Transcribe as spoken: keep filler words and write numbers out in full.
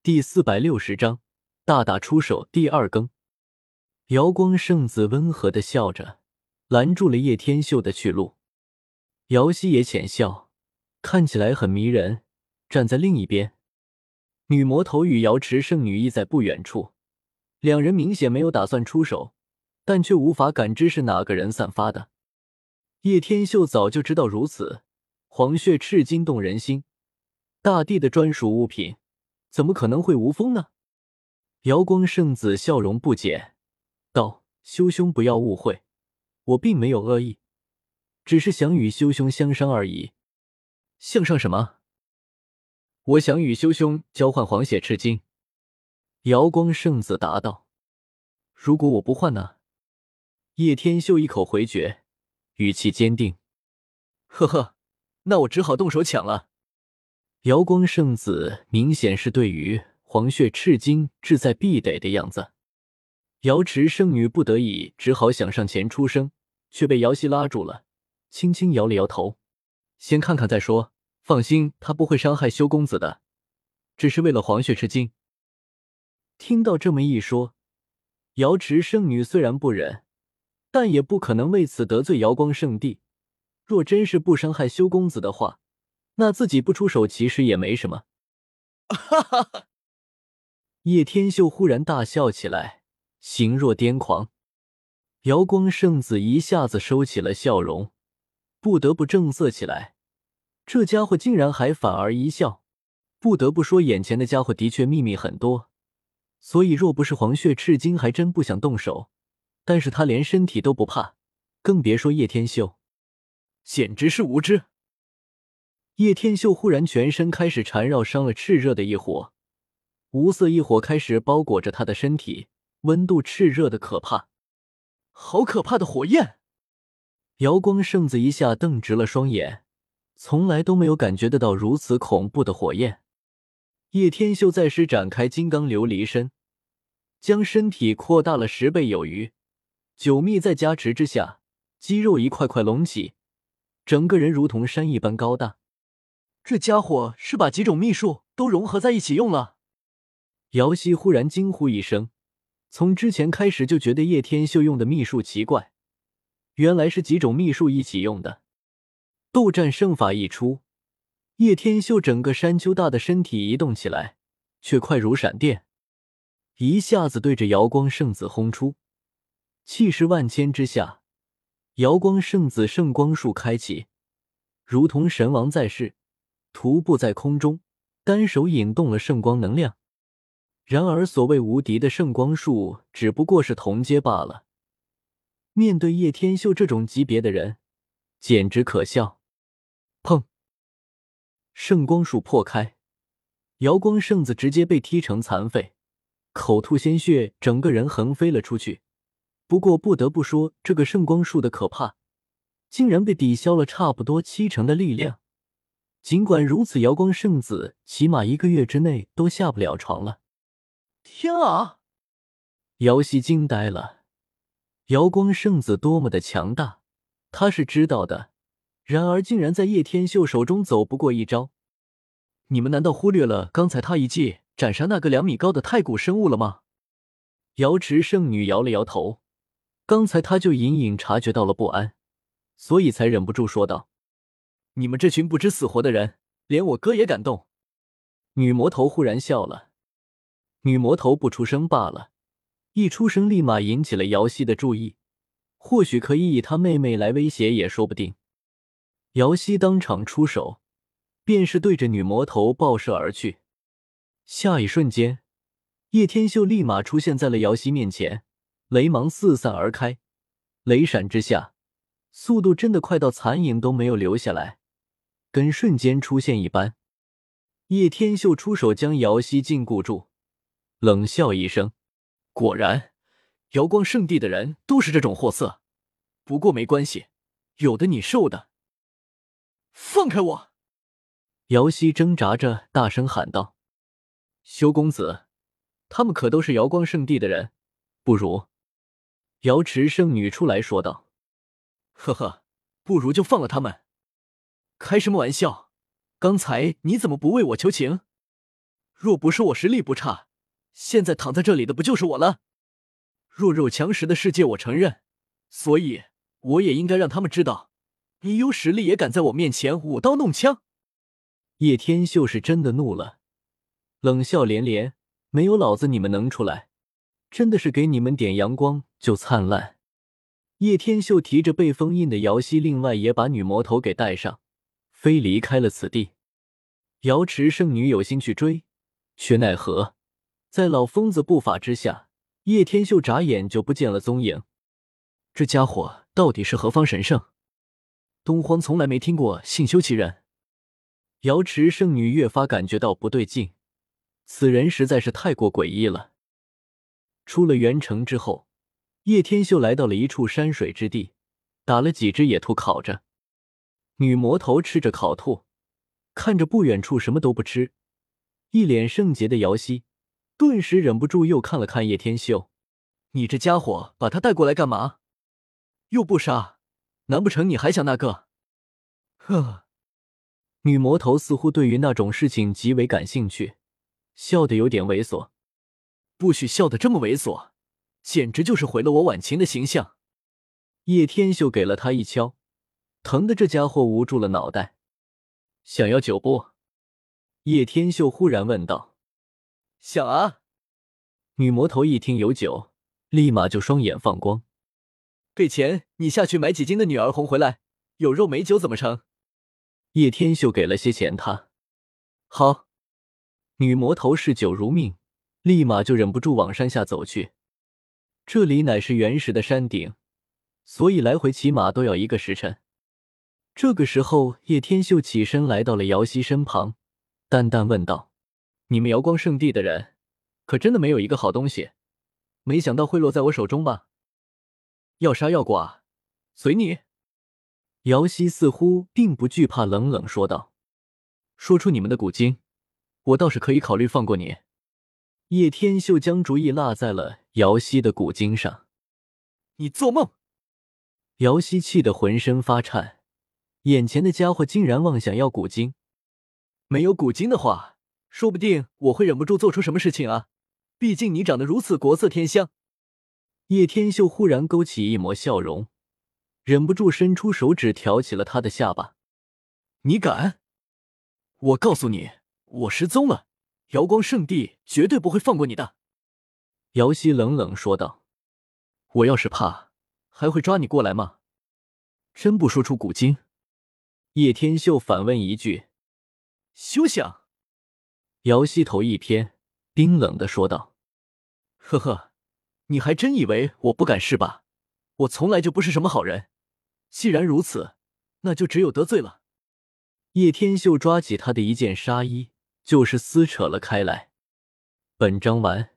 第四百六十章大打出手第二更。瑶光圣子温和地笑着，拦住了叶天秀的去路。瑶汐也浅笑，看起来很迷人，站在另一边。女魔头与瑶池圣女亦在不远处，两人明显没有打算出手，但却无法感知是哪个人散发的。叶天秀早就知道如此，黄血赤金动人心，大地的专属物品怎么可能会无风呢？瑶光圣子笑容不减，道：修兄不要误会，我并没有恶意，只是想与修兄相商而已。向上什么？我想与修兄交换黄血赤金。瑶光圣子答道。如果我不换呢？叶天秀一口回绝，语气坚定。呵呵，那我只好动手抢了。瑶光圣子明显是对于黄血赤金志在必得的样子。瑶池圣女不得已只好想上前出声，却被瑶汐拉住了，轻轻摇了摇头。先看看再说，放心，他不会伤害修公子的，只是为了黄血赤金。听到这么一说，瑶池圣女虽然不忍，但也不可能为此得罪瑶光圣帝。若真是不伤害修公子的话，那自己不出手其实也没什么。哈哈哈！叶天秀忽然大笑起来，形若癫狂。瑶光圣子一下子收起了笑容，不得不正色起来。这家伙竟然还反而一笑，不得不说眼前的家伙的确秘密很多，所以若不是黄血赤金还真不想动手，但是他连身体都不怕，更别说叶天秀，简直是无知。叶天秀忽然全身开始缠绕上了炽热的一火，无色一火开始包裹着他的身体，温度炽热的可怕。好可怕的火焰！瑶光圣子一下瞪直了双眼，从来都没有感觉得到如此恐怖的火焰。叶天秀再施展开金刚琉璃身，将身体扩大了十倍有余，九秘在加持之下，肌肉一块块隆起，整个人如同山一般高大。这家伙是把几种秘术都融合在一起用了。瑶汐忽然惊呼一声，从之前开始就觉得叶天秀用的秘术奇怪，原来是几种秘术一起用的。斗战胜法一出，叶天秀整个山丘大的身体移动起来，却快如闪电，一下子对着瑶光圣子轰出。气势万千之下，瑶光圣子圣光术开启，如同神王在世，徒步在空中，单手引动了圣光能量。然而所谓无敌的圣光术只不过是同阶罢了，面对叶天秀这种级别的人，简直可笑。砰！圣光术破开，瑶光圣子直接被踢成残废，口吐鲜血，整个人横飞了出去。不过不得不说，这个圣光术的可怕，竟然被抵消了差不多七成的力量。尽管如此，瑶光圣子起码一个月之内都下不了床了。天啊！瑶汐惊呆了，瑶光圣子多么的强大，他是知道的，然而竟然在叶天秀手中走不过一招。你们难道忽略了刚才他一记斩杀那个两米高的太古生物了吗？瑶池圣女摇了摇头，刚才他就隐隐察觉到了不安，所以才忍不住说道：你们这群不知死活的人，连我哥也敢动。女魔头忽然笑了，女魔头不出声罢了，一出声立马引起了瑶汐的注意，或许可以以她妹妹来威胁也说不定。瑶汐当场出手，便是对着女魔头爆射而去。下一瞬间，叶天秀立马出现在了瑶汐面前，雷芒四散而开，雷闪之下，速度真的快到残影都没有留下来，跟瞬间出现一般。叶天秀出手将瑶汐禁锢住，冷笑一声，果然瑶光圣地的人都是这种货色，不过没关系，有的你受的。放开我！瑶汐挣扎着大声喊道。修公子，他们可都是瑶光圣地的人，不如……瑶池圣女出来说道。呵呵，不如就放了他们。开什么玩笑，刚才你怎么不为我求情？ 若不是我实力不差，现在躺在这里的不就是我了？弱肉强食的世界我承认，所以我也应该让他们知道，你有实力也敢在我面前舞刀弄枪。 叶天秀是真的怒了，冷笑连连，没有老子你们能出来，真的是给你们点阳光就灿烂。叶天秀提着被封印的瑶汐，另外也把女魔头给带上，飞离开了此地。瑶池圣女有心去追，却奈何在老疯子步伐之下，叶天秀眨眼就不见了踪影。 这家伙到底是何方神圣？东荒从来没听过信修其人。 瑶池圣女越发感觉到不对劲，此人实在是太过诡异了。出了原城之后，叶天秀来到了一处山水之地，打了几只野兔烤着。女魔头吃着烤兔，看着不远处什么都不吃，一脸圣洁的瑶汐顿时忍不住又看了看叶天秀。 你这家伙把他带过来干嘛？又不杀，难不成你还想那个？呵。 女魔头似乎对于那种事情极为感兴趣，笑得有点猥琐。 不许笑得这么猥琐，简直就是毁了我婉晴的形象。 叶天秀给了他一敲，疼的这家伙捂住了脑袋。想要酒不？叶天秀忽然问道。 想啊。 女魔头一听有酒，立马就双眼放光。 给钱，你下去买几斤的女儿红回来，有肉没酒怎么成？ 叶天秀给了些钱他。好。女魔头视酒如命，立马就忍不住往山下走去。这里乃是原始的山顶，所以来回起码都要一个时辰。这个时候，叶天秀起身来到了瑶汐身旁，淡淡问道：你们瑶光圣地的人可真的没有一个好东西，没想到会落在我手中吧？ 要杀要剐，随你。 瑶汐似乎并不惧怕，冷冷说道：说出你们的古经，我倒是可以考虑放过你。叶天秀将主意落在了瑶汐的古经上。 你做梦！ 瑶汐气得浑身发颤，眼前的家伙竟然妄想要古经。 没有古经的话，说不定我会忍不住做出什么事情啊，毕竟你长得如此国色天香。 叶天秀忽然勾起一抹笑容，忍不住伸出手指挑起了他的下巴。 你敢？我告诉你，我失踪了，瑶光圣地绝对不会放过你的。 瑶汐冷冷说道。 我要是怕，还会抓你过来吗？真不说出古经？ 叶天秀反问一句。 休想！ 瑶汐头一偏，冰冷地说道。 呵呵，你还真以为我不敢是吧？我从来就不是什么好人。既然如此，那就只有得罪了。 叶天秀抓起他的一件纱衣，就是撕扯了开来。本章完。